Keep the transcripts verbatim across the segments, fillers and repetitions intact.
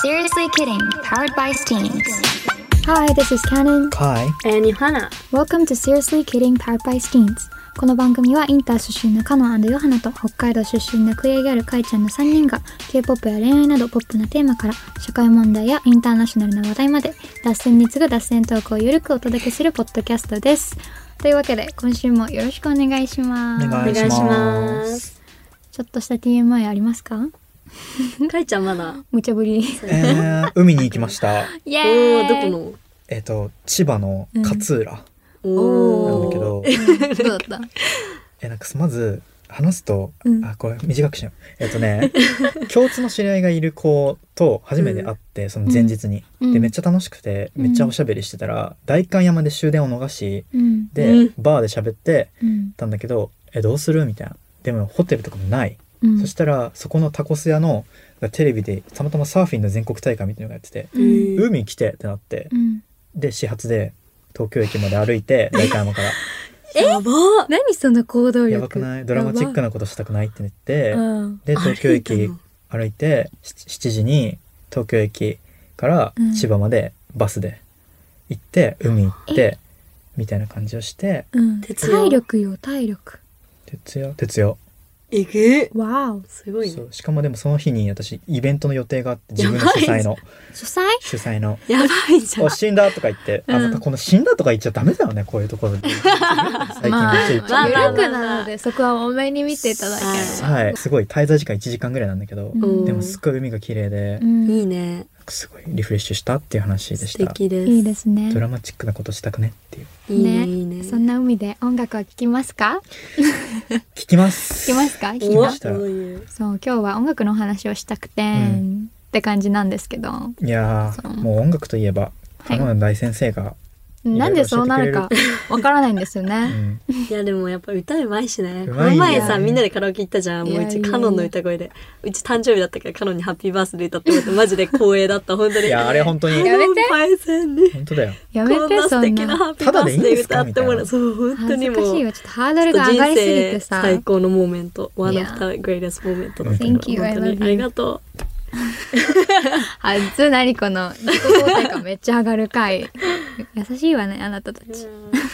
Seriously Kidding, powered by Steams. Hi, this is Canon. Kai. And Yohana. Welcome to Seriously Kidding, powered by Steams. この番組はインター出身のカノン&ヨハナと北海道出身のクエイギャルカイちゃんのさんにんが K-ポップ や恋愛などポップなテーマから社会問題やインターナショナルな話題まで脱線に次ぐ脱線トークをゆるくお届けするポッドキャストです。というわけで今週もよろしくお願いします。 お願いします。 ちょっとした ティーエムアイ ありますか？ カイちゃんまだ無茶ぶり。 えー、海に行きました。 イエーイ。 おー、どこの？ えっ、と千葉の勝浦おなんだけど、 うん、どうだった？ えなんかまず話すと、 うん、 あこれ短くしよう。えっ、とね共通の知り合いがいる子と初めて会って、うん、その前日に、うん、でめっちゃ楽しくてめっちゃおしゃべりしてたら、うん、代官山で終電を逃し、うん、で、うん、バーで喋ってたんだけど、えどうするみたいな。でもホテルとかもない、うん、そしたらそこのタコス屋のテレビでたまたまサーフィンの全国大会みたいなのがやってて、うん、海来てってなって、うん、で始発で東京駅まで歩いて代官山からやば何その行動力やばくない？ドラマチックなことしたくないって言って、で東京駅歩いてしちじに東京駅から千葉までバスで行って、うん、海行ってみたいな感じをして、 うん、体力よ体力徹夜徹夜えぐーわおすごいね。 そうしかもでもその日に私イベントの予定があって自分の主催の主催主催のやばいじゃん。 お死んだとか言って、うん、あなんかこの死んだとか言っちゃダメだよねこういうところで最近めっちゃ言っちゃう、まあ、 緩くなのでそこは多めに見ていただければ、 はい、すごい滞在時間いちじかんぐらいなんだけど、うん、でもすっごい海が綺麗で、 うん、いいね。 すごいリフレッシュしたっていう話でした。 素敵です。 いいですね。 ドラマチックなことしたくねっていういいね、いいね。 そんな海で音楽を聴きますか？ 聞きます聞きますか？聞きました。 そう今日は音楽の話をしたくて、うん、って感じなんですけど、 いやもう音楽といえばカノン大先生が、はい、 なんでそうなるかわからないんですよね、 うん、いやでもやっぱ歌うまいしね。この前さみんなでカラオケ行ったじゃん。もううちカノンの歌声でうち誕生日だったからカノンにハッピーバースデー歌ってもらってマジで光栄だった本当に。いやあれ本当にやめてパイセンに本当だよ。 やめてこんな素敵なハッピーバースデー歌ってもらう。そう本当にもう恥ずかしいよ。ちょっとハードルが上がりすぎてさ最高のモーメント One of the greatest モーメントだったから、 Thank you, 本当にありがとう。 はず何この自己肯定感めっちゃ上がる回。優しいわねあなたたち。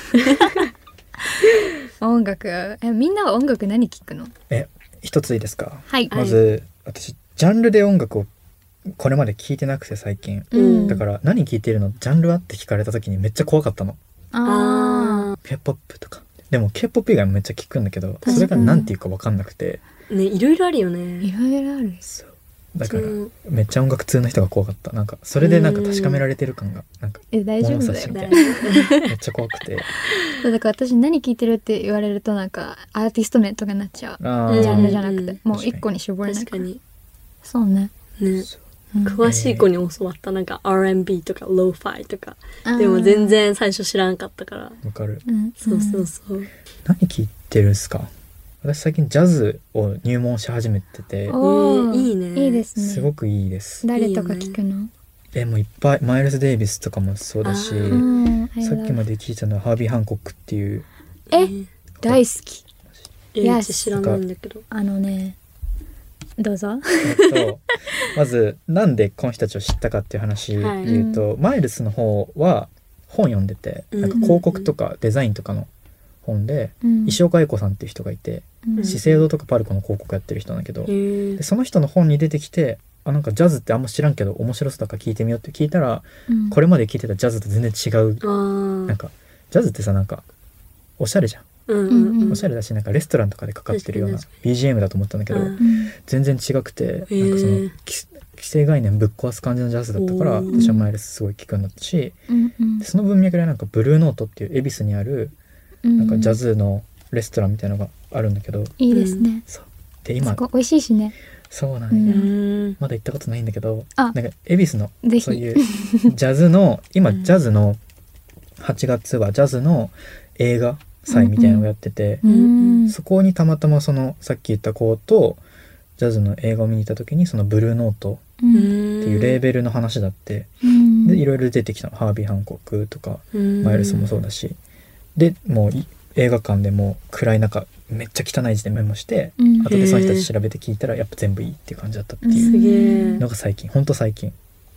音楽えみんなは音楽何聴くの？ え一ついいですか？ はい。 まず私ジャンルで音楽をこれまで聴いてなくて最近、うん、だから何聴いてるのジャンルはって聞かれた時にめっちゃ怖かったの。 あ K-ポップ とかでも K-ポップ 以外もめっちゃ聴くんだけどそれが何ていうか分かんなくて、 ねいろいろあるよね。 いろいろある。 そうだからめっちゃ音楽通の人が怖かった。なんかそれでなんか確かめられてる感がなんかえ大丈夫だよめっちゃ怖くてだから私何聴いてるって言われるとなんかアーティスト名とかになっちゃう。ジャンルじゃなくてもう一個に絞れない。 確かにそうね。 ね詳しい子に教わったなんか アールエンビー とかローファイとかでも全然最初知らんかったから。 わかる、 うん、 そうそうそう。 何聴いてるんすか？私最近ジャズを入門し始めてて、 おいいね。 いいですね。 すごくいいです。 誰とか聞くの？ えもういっぱいマイルス・デイビスとかもそうだし、さっきまで聞いたのはハービー・ハンコックっていう。 え大好き。 いや知らないんだけど。 あのねどうぞ。 えっとまずなんでこの人たちを知ったかっていう話で言うと、はい、マイルスの方は本読んでて、なんか広告とかデザインとかの本で、うん、石岡英子さんっていう人がいて、うん、資生堂とかパルコの広告やってる人なんだけど、でその人の本に出てきてあなんかジャズってあんま知らんけど面白そうだから聞いてみようって聞いたら、うん、これまで聞いてたジャズと全然違う。なんかジャズってさなんかおしゃれじゃん、うんうんうん、おしゃれだしなんかレストランとかでかかってるような ビージーエム だと思ったんだけど、うん、全然違くて、なんかその既成概念ぶっ壊す感じのジャズだったから私はマイルスすごい聞くようになったし、うんうん、でその文脈でなんかブルーノートっていう恵比寿にあるなんかジャズのレストランみたいなのがあるんだけど、うん、 いいですね。 そうで今美味しいしね。 そうなんや、うん、まだ行ったことないんだけどなんか恵比寿のそういうジャズの今ジャズのはちがつはジャズの映画祭みたいなのをやってて、うんうん、そこにたまたまそのさっき言った子とジャズの映画を見に行った時にそのブルーノートっていうレーベルの話だって、うん、でいろいろ出てきたの。ハービー・ハンコックとか、うん、マイルスもそうだしでもう映画館でも暗い中めっちゃ汚い字でメモして、うん、後でその人たち調べて聞いたらやっぱ全部いいっていう感じだったっていうのが最近ほんと最近。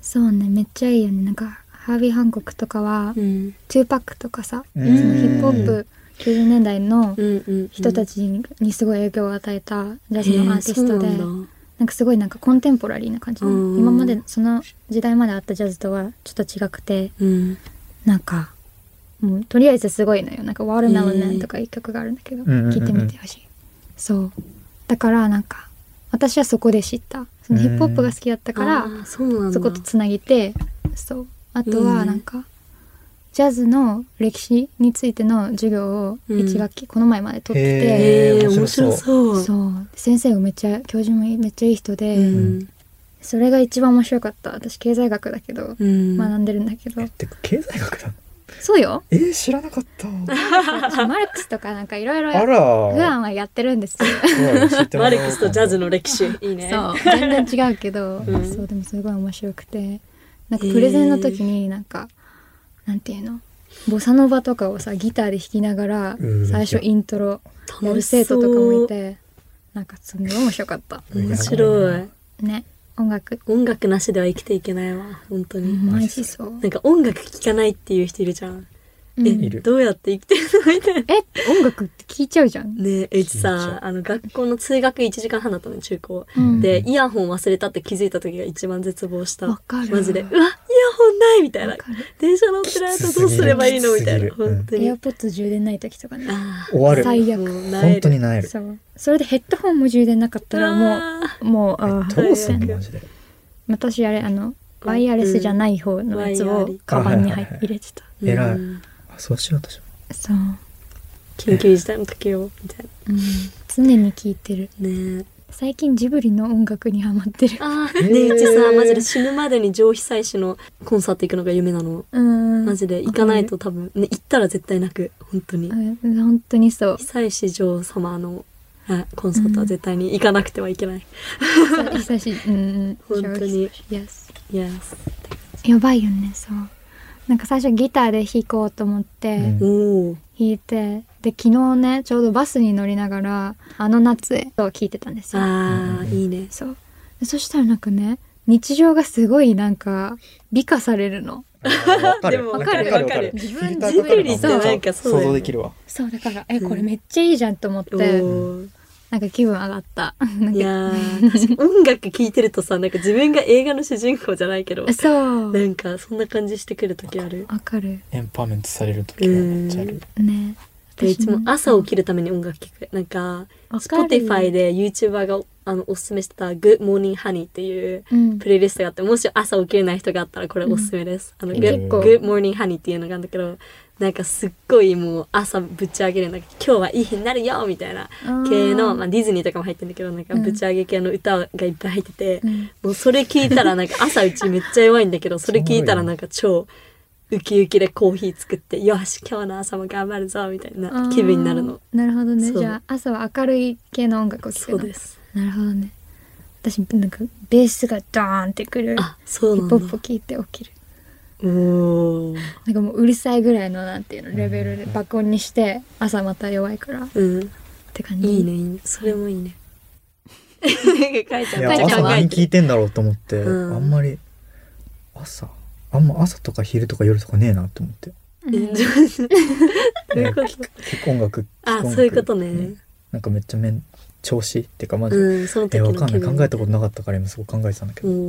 そうね、めっちゃいいよね。なんかハービー・ハンコックとかは、うん、ツーパックとかさ、そのヒップホップきゅうじゅうねんだいの人たちにすごい影響を与えたジャズのアーティストで、えー、な, なんかすごいなんかコンテンポラリーな感じ、うん、今までその時代まであったジャズとはちょっと違くて、うん、なんかもうとりあえずすごいのよ。なんかワールメロンマンとかいう曲があるんだけど、えー、聞いてみてほしい。そうだからなんか私はそこで知った。そのヒップホップが好きだったから、そ, そことつなげて、そうあとはなんか、うん、ジャズの歴史についての授業をいち学期、うん、この前まで取ってて、 へー面白そう。 そう先生がめっちゃ教授もめっちゃいい人で、うん、それが一番面白かった。私経済学だけど、うん、学んでるんだけど。 えってか経済学だの？ そうよ。 えー、知らなかった。 マルクスとかなんかいろいろ普段はやってるんですよ。 マルクスとジャズの歴史いいね。 そう全然違うけど、うん、そうでもすごい面白くて、なんかプレゼンの時になんか、えー、なんていうのボサノバとかをさギターで弾きながら最初イントロやる生徒とかもいて、なんかすごい面白かった。 面白いね。音楽音楽なしでは生きていけないわ本当に。 マジそう。 なんか音楽聴かないっていう人いるじゃん。え、うん、どうやって生きてるのみたいな。 え、音楽って聞いちゃうじゃん。 ねえ、うちさ、あの学校の通学いちじかんはんだったの中高、うん、でイヤホン忘れたって気づいた時が一番絶望した。 わかる。 マジで、うわ、イヤホンないみたいな。電車乗ってないとどうすればいいのみたいな。本当に。 エアポッツ充電ない時とかね。 終わる。 最悪。 本当になえる。 そう。それでヘッドホンも充電なかったらもうもうあどうすんのマジで。 私あれあのワイヤレスじゃない方のやつをカバンに入れてた。 えらい。あ、そうしよう私も。 そう。 緊急事態の時よみたいな。 うん。常に聴いてる。 ね。 最近ジブリの音楽にハマってる。 ああ、ねえうちさマジで死ぬまでに上被災市のコンサート行くのが夢なの。うん。マジで行かないと多分ね行ったら絶対泣く本当に。 本当にそう。 被災市女王様のコンサートは絶対に行かなくてはいけない。 久しぶり、うん、 本当に。 Yes。 Yes。 やばいよね、そう。なんか最初ギターで弾こうと思って弾いて、で昨日ねちょうどバスに乗りながらあの夏へを聴いてたんですよ。 ああ、いいね。 そう。そしたらなんかね日常がすごいなんか美化されるの。 でも分かる分かる。 自分ジブリってなんかそう想像できるわ。 そうだからえこれめっちゃいいじゃんと思って、うん、なんか気分上がった。 いや音楽聴いてるとさなんか自分が映画の主人公じゃないけどそうなんかそんな感じしてくる時ある。 わかる。 エンパワーメントされる時はめっちゃある。 ね。 いつも朝起きるために音楽聴く。なんか Spotify で YouTuber があのおすすめしてた Good Morning Honey っていうプレイリストがあって、うん、もし朝起きれない人があったらこれおすすめです、うん、あの Good, Good Morning Honey っていうのがあるんだけどなんかすっごいもう朝ぶち上げるんだけど今日はいい日になるよみたいな系の、まあ、ディズニーとかも入ってるんだけどなんかぶち上げ系の歌がいっぱい入ってて、うん、もうそれ聞いたらなんか朝うちめっちゃ弱いんだけどそれ聞いたらなんか超ウキウキでコーヒー作ってよし今日の朝も頑張るぞみたいな気分になるの。 なるほどね。じゃあ朝は明るい系の音楽を聴くの。 そうです。 なるほどね。私なんかベースがドーンってくるあそうなんだヒップホップ聴いて起きる。 おなんかもううるさいぐらいのなんていうのレベルで爆音にして朝また弱いから、 うん、 って感じ。 いいねいいねそれもいいね。 いや朝何聞いてんだろうと思って、うん、あんまり朝あんま朝とか昼とか夜とかねえなと思って。 うん、どういうこと？ 音楽あそういうことね。 なんかめっちゃめん調子っていうかマジで、 うん、その時のえわかんない考えたことなかったから今すごく考えてたんだけど、うん、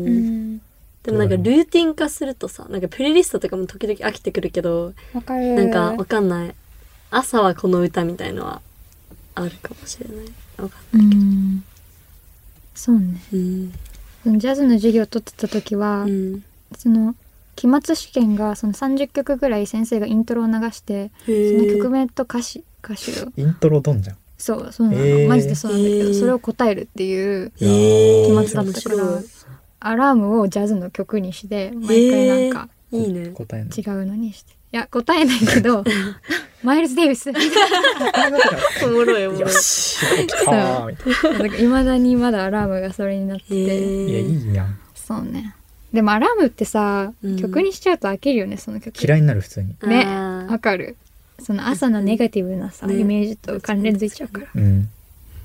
でもなんかルーティン化するとさなんかプレイリストとかも時々飽きてくるけどわかるなんかわかんない朝はこの歌みたいのはあるかもしれない。わかんないけど、うん、 そうね、うん、ジャズの授業を取ってた時は、うん、その期末試験がそのさんじゅっきょくぐらい先生がイントロを流してその曲名と歌詞歌詞をイントロドンじゃん。 そうそうなのマジでそうなんだけどそれを答えるっていう期末だったからアラームをジャズの曲にして毎回なんかいいね違うのにしていや答えないけどマイルズ・デイビスおもろいおもろい。 よし起きたみたいな。 いまだにまだアラームがそれになってていやいいやん。 そうね。でもアラームってさ、うん、曲にしちゃうと飽きるよねその曲。 嫌いになる普通に。 ねわかる。その朝のネガティブなさ、ね、イメージと関連づいちゃうから。 うん。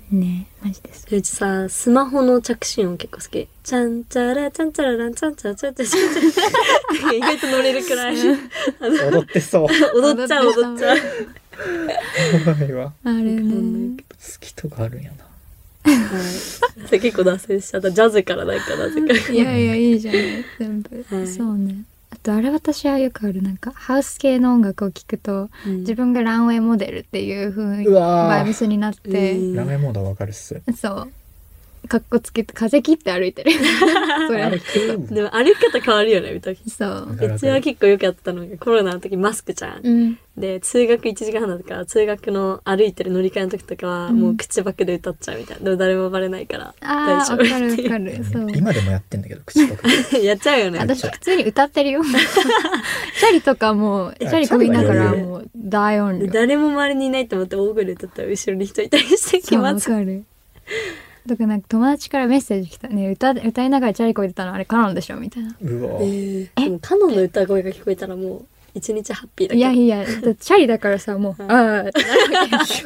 ねマジです。 うちさスマホの着信音結構好き。チャンチャラチャンチャラランチャンチャラチャンチャラチャンチャラ意外と乗れるくらい踊ってそう踊っちゃう踊っちゃう怖いわ。 あれね好きとかあるんやな。 はい、結構脱線しちゃった。ジャズからなんかなぜかいやいやいいじゃない全部、はい、そうね。あとあれ私はよくあるなんかハウス系の音楽を聴くと、うん、自分がランウェイモデルっていう風にバイブスになって、 ランウェイモードはわかるっす。 そうかっこつけて風切って歩いてるそれでも歩き方変わるよね見た時。 そううちは結構よくやったのがコロナの時マスクじゃん、うん、で通学いちじかんはんだったから通学の歩いてる乗り換えの時とかはもう口ばくで歌っちゃうみたいな。でも誰もバレないから大丈夫っていう。あーわかるわかるそう今でもやってんだけど口ばくやっちゃうよね。 私普通に歌ってるよチャリとかもチャリこぎながらもう大音量誰も周りにいないと思って大声で歌ったら後ろに人いたりして気まずい。 わかるだからなんか友達からメッセージ来たね。 歌, 歌いながらチャリこいでたのあれカノンでしょみたいな。 うわ、 えー、でもカノンの歌声が聞こえたらもう一日ハッピーだけど。 いやいやチャリだからさもうああってなるわけ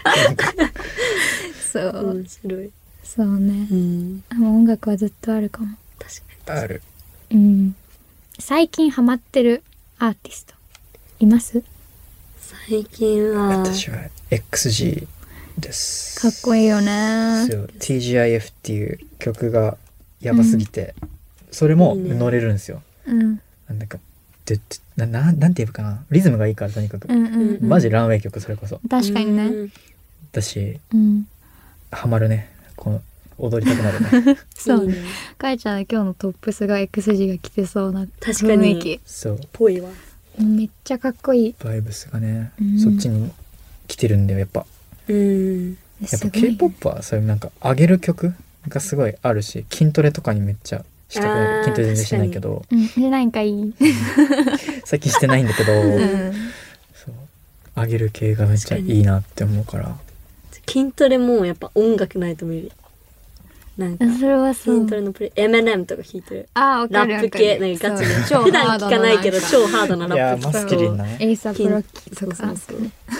そう面白い。 そうね、うん、音楽はずっとあるかも。 確かにある、 うん、最近ハマってるアーティストいます？ 最近は私は エックスジーです。 かっこいいよね。 そう ティージーアイエフ っていう曲がやばすぎて、うん、それも乗れるんですよ。 うん、 なんかでなななんていうかな、リズムがいいからとにかく、うんうんうん、マジランウェイ曲それこそ。 確かにね。 だし、 うん、 ハマるね。この踊りたくなるね。 そうね。かえちゃんは今日のトップスが エックスジー が着てそうな雰囲気。 そう。 ぽいわ。 めっちゃかっこいい。 バイブスがね、うん、そっちに来てるんだよやっぱ。うん、やっぱ K-ポップ はそういうなんか上げる曲がすごいあるし、筋トレとかにめっちゃしたくなる。筋トレ全然してないけど、 うん、してないんかいい最近してないんだけど、うん、そう上げる系がめっちゃいいなって思うから。 筋トレもやっぱ音楽ないと無理。なんかそれはそう筋トレのプレイ エムエヌエム とか弾いてる。 あー、 ラップ系なんかガチで普段聞かないけど超ハードなラップ。 いやマスキリンなね。 エイサプロッキーとか。そうそう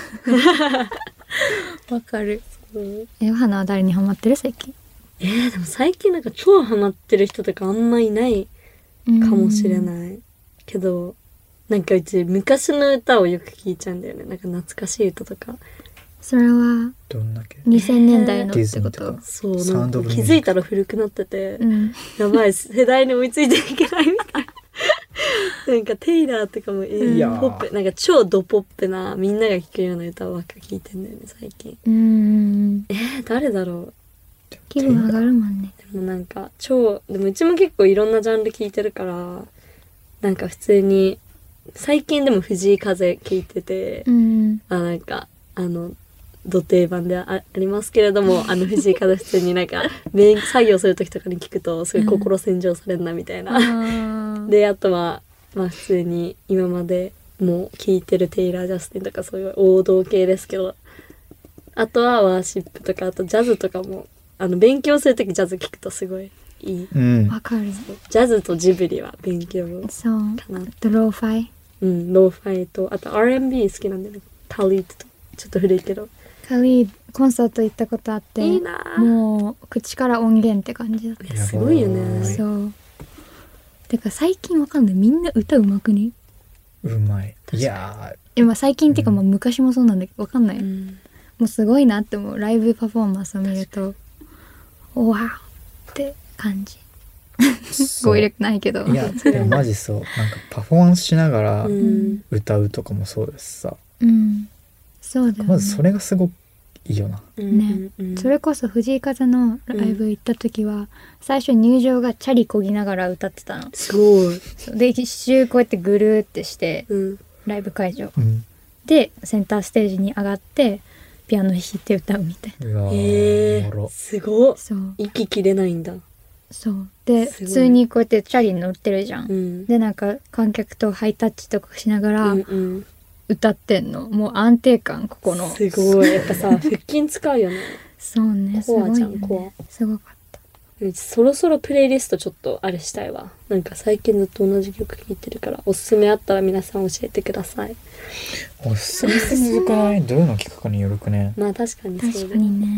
そうわかる。え、お花は誰にハマってる最近？ えー、でも最近なんか超ハマってる人とかあんまいないかもしれないけど、なんかうち昔の歌をよく聞いちゃうんだよね。なんか懐かしい歌とか。 それはどんだけにせんねんだいのってこと？ そう、なんか気づいたら古くなってて、うん、やばい世代に追いついていけないみたいな。なんかテイラーとかも、えー、ポップなんか超ドポップなみんなが聴くような歌ばっか聴いてんだよね最近。うーんえー、誰だろう。 気分上がるもんね。 でもなんか超でもうちも結構いろんなジャンル聴いてるからなんか普通に最近でも藤井風聴いてて、うん、あなんかあの土定番で あ, ありますけれどもあの藤井風普通になんか作業する時とかに聞くとすごい心洗浄されるなみたいな、うん、であとはまあ普通に今までもう聴いてるテイラー・ジャスティンとかそういう王道系ですけど、あとはワーシップとかあとジャズとかもあの勉強する時ジャズ聴くとすごいいい。 わ、うん、かる。 ジャズとジブリは勉強かな。 そう。あとローファイ。 うんローファイとあと アールエヌビー 好きなんだよね。カリードとちょっと古いけど。 カリードコンサート行ったことあっていいな。 もう口から音源って感じだった。 すごいよね。 そう。てか最近わかんないみんな歌うまくね。 うまい。いやー。まあ最近っていうかまあ昔もそうなんだけどわかんない。うん、もうすごいなって思う。ライブパフォーマンスを見るとわーって感じ。語彙力ないけど。 いやでもマジそう。なんかパフォーマンスしながら歌うとかもそうですさ。 うん。そうだよね。 まずそれがすごくいいよな。 ね、うん、それこそ藤井風のライブ行った時は、うん、最初入場がチャリこぎながら歌ってたの。 すごい。 で一周こうやってぐるーってして、うん、ライブ会場、うん、でセンターステージに上がってピアノ弾いて歌うみたいな。 へえー、すごい。そう息切れないんだ。 そうで普通にこうやってチャリに乗ってるじゃん、うん、でなんか観客とハイタッチとかしながら、うんうん歌ってんの。もう安定感ここのすごい。やっぱさ腹筋使うよね。 そうね。 コアじゃん、コア。 すごかった。 そろそろプレイリストちょっとあれしたいわ。なんか最近ずっと同じ曲聴いてるからおすすめあったら皆さん教えてください。 おすすめって難くない？どういうの聴くかによるくね。 まあ確かにそうだ。 確かにね。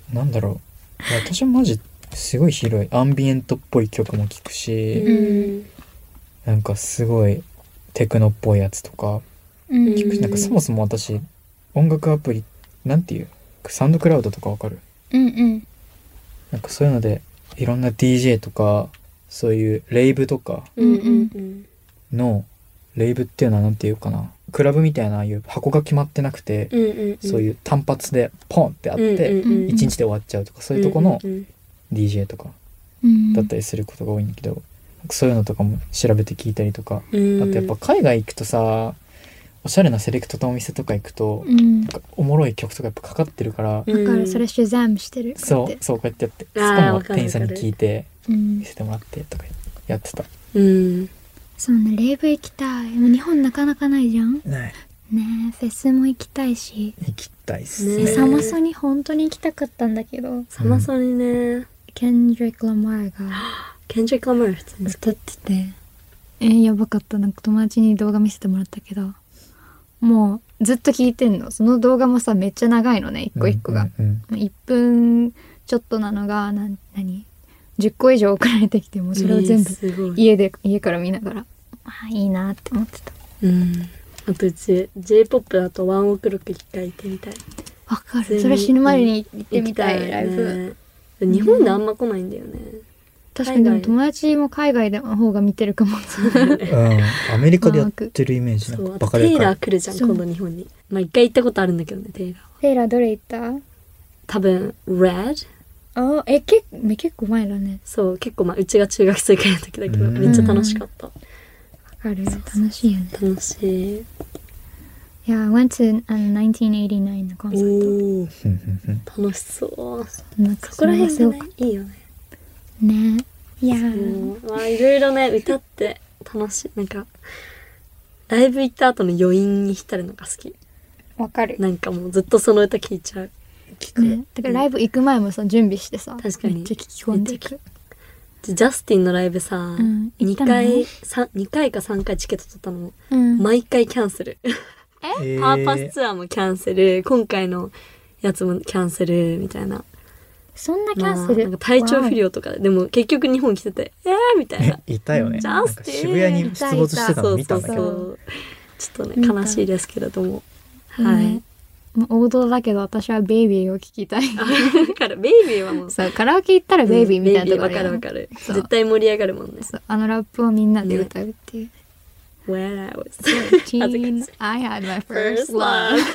なんだろう、私もマジすごい広いアンビエントっぽい曲も聴くし、 うん、 なんかすごいテクノっぽいやつとか聞くし、 うん、 なんかそもそも私音楽アプリなんていうサウンドクラウドとかわかる？ うんうん。 なんかそういうのでいろんな ディージェー とかそういうレイブとかうんうんのレイブっていうのはなんていうかな、クラブみたいなああいう箱が決まってなくて、 うんうんうん、 そういう単発でポンってあってうんうんうん、 一日で終わっちゃうとかそういうとこのうんうんうんディージェー とかうんだったりすることが多いんだけど、そういうのとかも調べて聞いたりとか、 うん、 あとやっぱ海外行くとさ、おしゃれなセレクトのお店とか行くと、 うん。 なんかおもろい曲とかやっぱかかってるから、 うんだからそれシュザムしてる。 そうそうこうやってやって、そあーこもわかる店員さんに聞いてうん見。せてもらってとかやってた。 うんそうね、レイブ行きたい。もう日本なかなかないじゃん。 ない。 ねえ、フェスも行きたいし。 行きたいっすねね。 サマソに本当に行きたかったんだけど、 サマソニね、 ケンドリック・ラマーがケンドリック・ラマー普通に歌ってて、えー、やばかった。なんか友達に動画見せてもらったけど、もうずっと聞いてんの。その動画もさ、めっちゃ長いのね、一個一個が。 うんうんいっぷんちょっとなのが、な、なにじゅっこ以上送られてきて、もうそれを全部ねすごい家で、家から見ながら、あーいいなって思ってた。 うんあとうち J-ポップ だとワンオクロック一回行ってみたい。 わかる。 普通にそれ死ぬまでに行ってみたい、 行きライブ。 ね。日本であんま来ないんだよね。 確かにでも友達も海外の方が見てるかも。 うん、アメリカでやってるイメージなんそう、 かバあとテイカでかい。 ラー来るじゃん、 そう今度日本に。まあ一回行ったことあるんだけどね、テイラーは。 テイラーどれ行った？ 多分、Red？ あ、え、け結構前だね。 そう、結構まあうちが中学生くらいの時だけど、 うんめっちゃ楽しかった。 わかる。楽しいよね。 楽しい。 いや、I went to あのナインティーンエイティナインのコンサーおー、 うんうんうん楽しそう。 ト。なんかそこら辺すごくがね、いいよね。 ね。いやー、 もう、まあいろいろね、歌って楽しい。なんか、ライブ行った後の余韻に浸るのが好き。 わかる。 なんかもうずっとその歌聴いちゃう。 聞く。 ね。だからライブ行く前もさ、準備してさ、 確かにめっちゃ聞き込んでいく。 ジャスティンのライブさ、 ん行っ 2 たの回、さんにかいかさんかいチケット取ったの。 うん。 毎回キャンセル。 えーパーパスツアーもキャンセル、今回のやつもキャンセル、みたいな。 そんなキまあャンセル。 なんか体調不良とかで、でも結局日本来てて、えーみたいな。 いたよね。 ジなんかャスティン渋谷に出没してたの見たんだけど。 そうちょっとね、悲しいですけれども。 わかる。 はいね。もう王道だけど私はベイビーを聞きたい。 だから、ベイビーはもう、 そう、カラオケ行ったらベイビーみたいなとこわろやんかるわかる。 そう絶対盛り上がるもんね。 そうあのラップをみんなで歌うっていう。 When I was Teen, I had my first first love. love.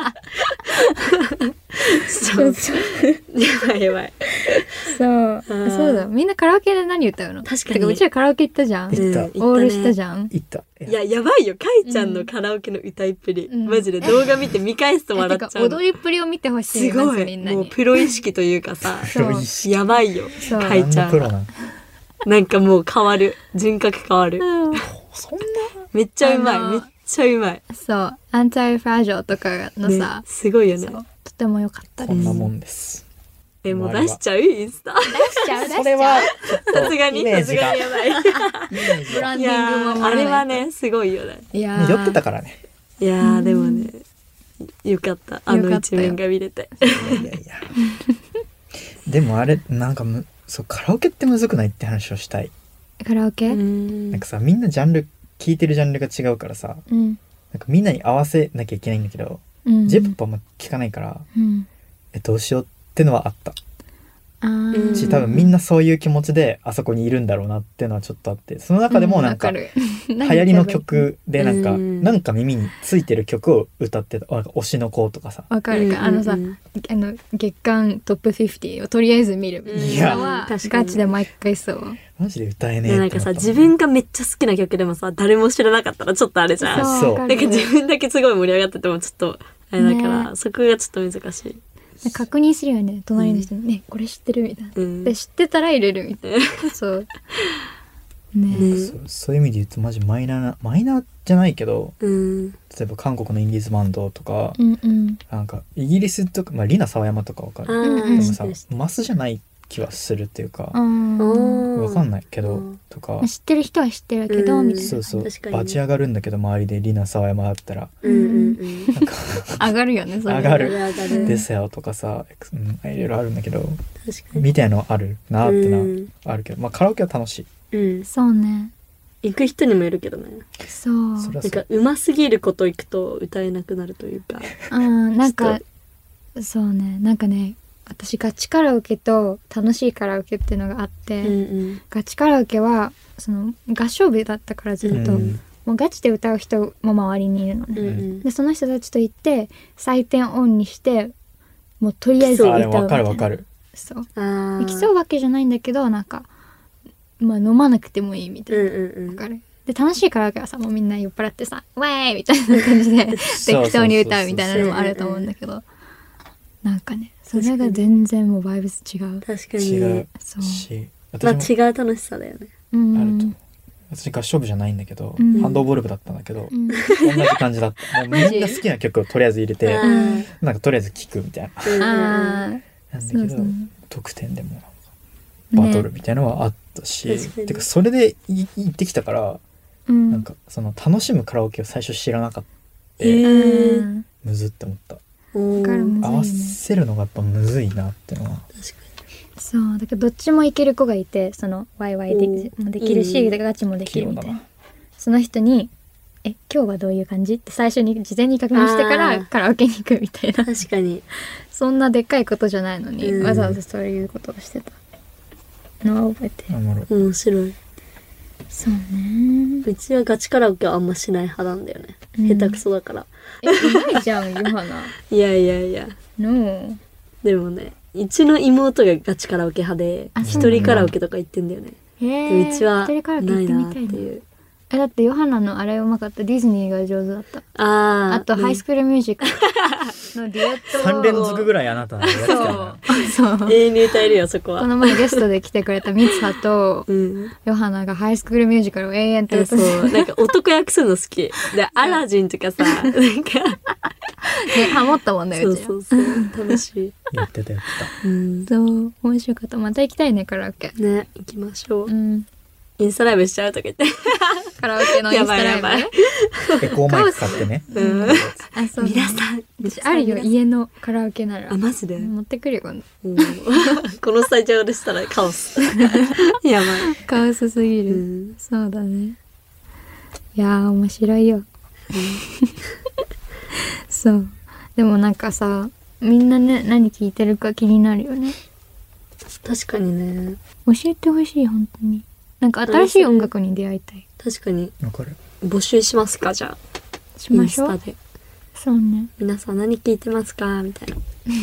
そうやばいやばい。 そうあーそうだ、みんなカラオケで何歌うの？ 確かにてかうちらカラオケ行ったじゃん。 行ったうんオールしたじゃゃん。 行った。 いや、やばいよ。かいちゃんのカラオケの歌いっぷり。 うんマジで動画見て見返すと笑てかっちゃうの。 踊りっぷりを見てほしすいまごい。 ずみんなに。 もうプロ意識というかさ、 そうプロ意識やばいよ。 そうかいちゃんは。 何のプロなん？ なんかもう変わる。人格変わる。 うんそんなめっちゃうまい。 あのめっちゃうまい。 そうアンタイフラジョとかのねさ、 すごいよねそ。うとても良かったです。 こんなもんです。 え、もう出しちゃうインスタ。 出しちゃう出しちゃうそれはさすがに、 イメージがさすがにやばい。 イメージがブランいディングもやーあれはね、すごいよね。 いやー寄ってたからね。 いやー、でもね、よかった。あの一面が見れて。 いやいやいや。でもあれなんかむそうカラオケってむずくないって話をしたい。 カラオケ？ ううん。 なんかさみんなジャンル聴いてるジャンルが違うからさ、なんかみんなに合わせなきゃいけないんだけど、 うん。 J-ポップ あんま聞かないから、 うん。 えどうしようってのはあったあーし、多分みんなそういう気持ちであそこにいるんだろうなっていうのはちょっとあって、その中でもなんかうわる流行りの曲でなんか、 うんなんか耳についてる曲を歌ってた、なんか推しの子とかさ、 わかるか、あのさ、 うんうんあの月間トップフィフティーをとりあえず見るみたいなのはいや確かにガチで毎回そう。 マジで歌えねえでなんかさ、自分がめっちゃ好きな曲でもさ、誰も知らなかったらちょっとあれじゃん。 そうわかるなんか自分だけすごい盛り上がっててもちょっと、あれだから、 ねそこがちょっと難しい。 確認するよね、隣の人に、ねこれ知ってるみたいな、 うんで知ってたら入れるみたいなそうねねそうそういう意味で言うとマジマイナーなマイナーじゃないけど、 うん。 例えば韓国のインディーズバンドとか、 うんうんなんかイギリスとか、まあ、リナ沢山とかわかる。 あうんうんでもさー知ってる知ってるマスじゃない気はするっていうか、 うん、 わかんないけどとか、 知ってる人は知ってるけど、みたいな。 そうそう、バチ上がるんだけど周りでリナ沢山あったら、 うんうんうん、 なんか上がるよね、それ上がるですよとかさ、うん、いろいろあるんだけど、 確かにみたいのあるなってな、うん、あるけど、まあカラオケは楽しい。 うん、そうね。 行く人にもいるけどね。 そう。 そなんか上手すぎること行くと歌えなくなるというか。 うん、なんかそうね、なんかね、私ガチカラオケと楽しいカラオケっていうのがあって、うんうん、ガチカラオケはその合唱部だったからずっと、うん、もうガチで歌う人も周りにいるのね、うんうん、でその人たちと行って採点オンにしてもうとりあえず歌うみたいな。 わかるわかる。 そう競うわけじゃないんだけど、なんかまあ飲まなくてもいいみたいな、うんうんうん、わかる。で楽しいカラオケはさ、もうみんな酔っ払ってさウェーイみたいな感じで適当に歌うみたいなのもあると思うんだけど、なんかね、それが全然もうバイブス違う。 確かに違うし、まあ違う楽しさだよね。 うん、 あると。私合唱部じゃないんだけど、うん、ハンドボール部だったんだけど、うん、同じ感じだった。もうみんな好きな曲をとりあえず入れて、なんかとりあえず聴くみたいな。なんだけど、得点でもバトルみたいなのはあったし、ね、てかそれで行ってきたから、うん、なんかその楽しむカラオケを最初知らなかった。むずって思った。 むずいね、 合わせるのがやっぱむずいなっていうのは。確かに。 そうだけどどっちもいける子がいて、そのワイワイでもできるし、ガチもできるみたいな。その人に「え今日はどういう感じ?」って最初に事前に確認してからカラオケに行くみたいな。 確かにそんなでっかいことじゃないのに、うん、わざわざそういうことをしてたのを覚えて。 面白い。 そうね。 うちはガチカラオケはあんましない派なんだよね、うん、下手くそだから。 えうまいじゃんヨハナ。 いやいやいや、 no。 でもね、うちの妹がガチカラオケ派で一人カラオケとか行ってんだよね。 へうちはないなっていう。 えだってヨハナのあれうまかった。ディズニーが上手だった。ああと、ね、ハイスクールミュージックのデュエットをさん連続ぐらいあなたのやつだな。 そうそう永遠に歌えるよそこは。 この前ゲストで来てくれたミツハと、うん、ヨハナがハイスクールミュージカルを永遠と歌う。 そうなんか男役するの好きでアラジンとかさなんかねハモったもんね。 うちそうそうそう楽しい。 やってたやってた、 うん、そう面白かった。また行きたいねカラオケね。行きましょう、 うん、 インスタライブしちゃうとか言ってカラオケのインスタライブね。 エコーマイク買ってね、 うん、あそうね、 皆さん私あるよ家のカラオケなら。 あマジで持ってくるよ今度。 このスタジオでしたらカオスやばいカオスすぎる、うん、そうだね。いやー面白いよ、うん、そうでもなんかさみんなね何聞いてるか気になるよね。 確かにね。 教えてほしい本当に。なんか新しい音楽に出会いたい。 確かに。 わかる。 募集しますかじゃあ。 しましょう。 インスタで。 そうね。 皆さん何聞いてますかみたいな。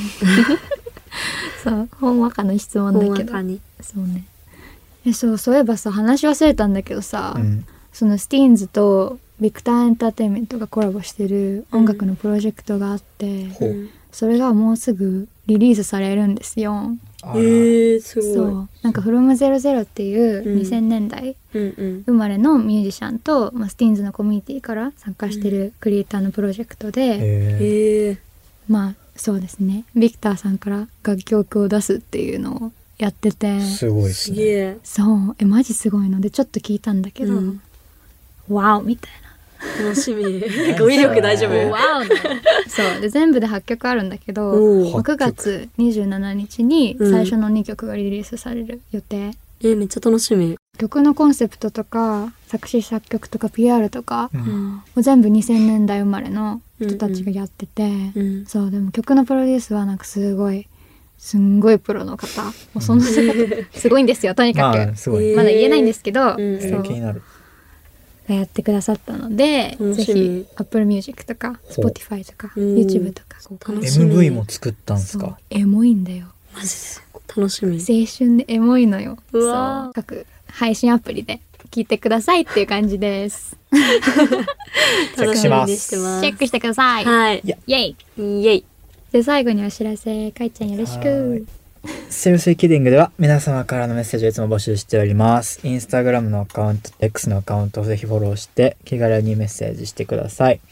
そうほんわかの質問だけど。ほんわかに。そうね。えそうそういえばさ話忘れたんだけどさ、うん、そのスティーンズとビクターエンターテインメントがコラボしてる音楽のプロジェクトがあって、うん、それがもうすぐリリースされるんですよ。 えー、すごい。 そうなんか フロムゼロゼロ っていうにせんねんだい生まれのミュージシャンと、まあ、スティーンズのコミュニティから参加してるクリエイターのプロジェクトで、うんえー、 まあそうですねビクターさんから楽曲を出すっていうのをやっててすごいですね。 そうえマジすごいのでちょっと聞いたんだけど、うん、ワオみたいな。 楽しみ語彙力大丈夫。 ワオね。そうで全部ではっきょくあるんだけどくがつにじゅうしちにちに最初のにきょくがリリースされる予定、うん、 えめっちゃ楽しみ。 曲のコンセプトとか作詞作曲とか ピーアール とか、うん、もう全部にせんねんだい生まれの人たちがやってて、うんうん、そうでも曲のプロデュースはなんかすごいすんごいプロの方もうそのすごいんですよとにかく、まあ、すごいまだ言えないんですけど、うん、そう気になるがやってくださったのでぜひ Apple Music とか Spotify とか YouTube とかエムブイ も作ったんですか。 エモいんだよマジで楽しみ。 青春でエモいのよ。うわそう各配信アプリで聞いてくださいっていう感じです。 楽しみにしてます。チェックしてください。 はい。 イエイイエイ。 で最後にお知らせ、かいちゃんよろしく。 セルフキディングでは皆様からのメッセージをいつも募集しております。インスタグラムのアカウント、X のアカウントをぜひフォローして気軽にメッセージしてください。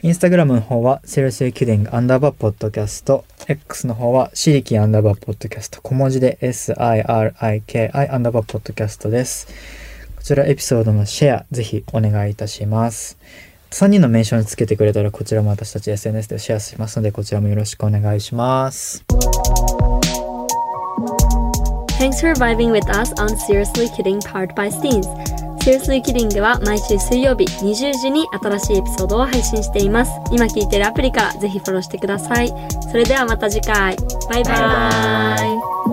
インスタグラムの方は Seriously Kidding アンダーバーポッドキャスト、 X の方はシリキアンダーバーポッドキャスト、小文字で エスアイアールアイケーアイ アンダーバーポッドキャストです。こちらエピソードのシェアぜひお願いいたします。さんにんのメンションにつけてくれたらこちらも私たち エスエヌエス でシェアしますので、こちらもよろしくお願いします。 Thanks for vibing with us on Seriously Kidding powered by Steens。 Seriously Kidding では毎週水曜日にじゅうじに新しいエピソードを配信しています。今聞いているアプリからぜひフォローしてください。それではまた次回。バイバイ。